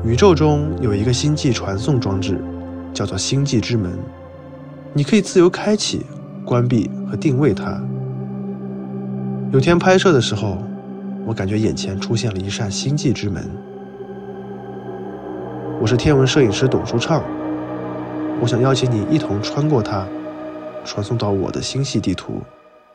宇宙中有一个星际传送装置，叫做星际之门，你可以自由开启、关闭和定位它。有天拍摄的时候，我感觉眼前出现了一扇星际之门。我是天文摄影师董书畅，我想邀请你一同穿过它，传送到我的星系地图。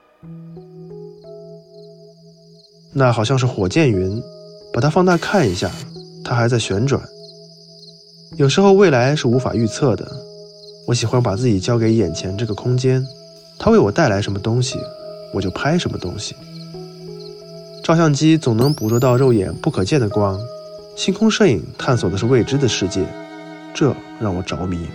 那好像是火箭云，把它放大看一下，它还在旋转。有时候未来是无法预测的，我喜欢把自己交给眼前这个空间，它为我带来什么东西，我就拍什么东西。照相机总能捕捉到肉眼不可见的光，星空摄影探索的是未知的世界，这让我着迷。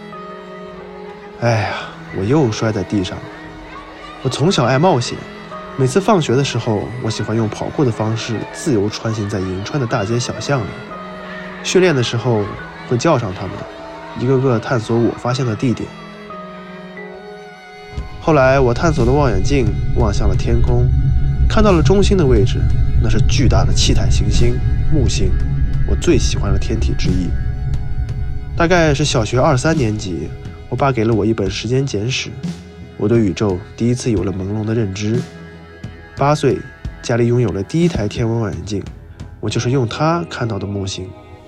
哎呀，我又摔在地上。我从小爱冒险，每次放学的时候，我喜欢用跑酷的方式自由穿行在银川的大街小巷里。训练的时候会叫上他们，一个个探索我发现的地点。后来我探索了望远镜，望向了天空，看到了中心的位置，那是巨大的气态行星木星，我最喜欢的天体之一。大概是小学2、3年级，我爸给了我一本时间简史，我对宇宙第一次有了朦胧的认知。8岁，家里拥有了第一台天文望远镜，我就是用它看到的木星。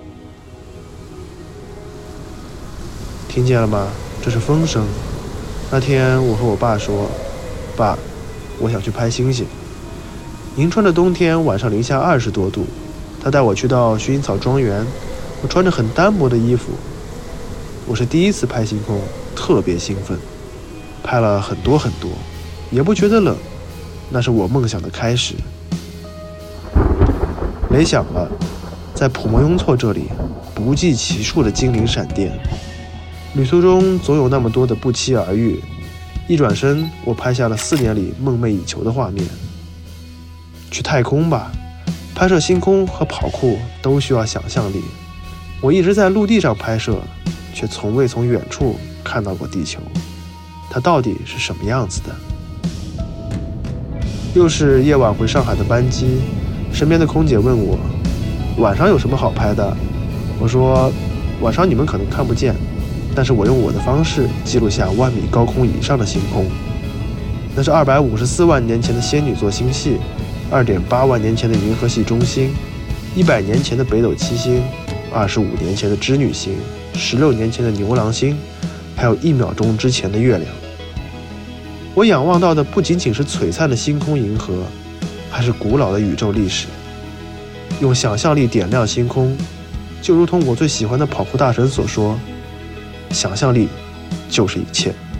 听见了吗？这是风声。那天我和我爸说，爸，我想去拍星星。银川的冬天晚上零下20多度，他带我去到薰衣草庄园，我穿着很单薄的衣服。我是第一次拍星空，特别兴奋，拍了很多，也不觉得冷，那是我梦想的开始。雷响了，在普莫雍措这里，不计其数的精灵闪电。旅途中总有那么多的不期而遇，一转身，我拍下了4年里梦寐以求的画面。去太空吧，拍摄星空和跑酷都需要想象力。我一直在陆地上拍摄，却从未从远处看到过地球，它到底是什么样子的？又是夜晚回上海的班机，身边的空姐问我，晚上有什么好拍的？我说，晚上你们可能看不见，但是我用我的方式记录下10000米高空以上的星空。那是254万年前的仙女座星系，2.8万年前的银河系中心，100年前的北斗七星，25年前的织女星，16年前的牛郎星，还有1秒钟之前的月亮。我仰望到的不仅仅是璀璨的星空银河，还是古老的宇宙历史。用想象力点亮星空，就如同我最喜欢的跑酷大神所说，想象力就是一切。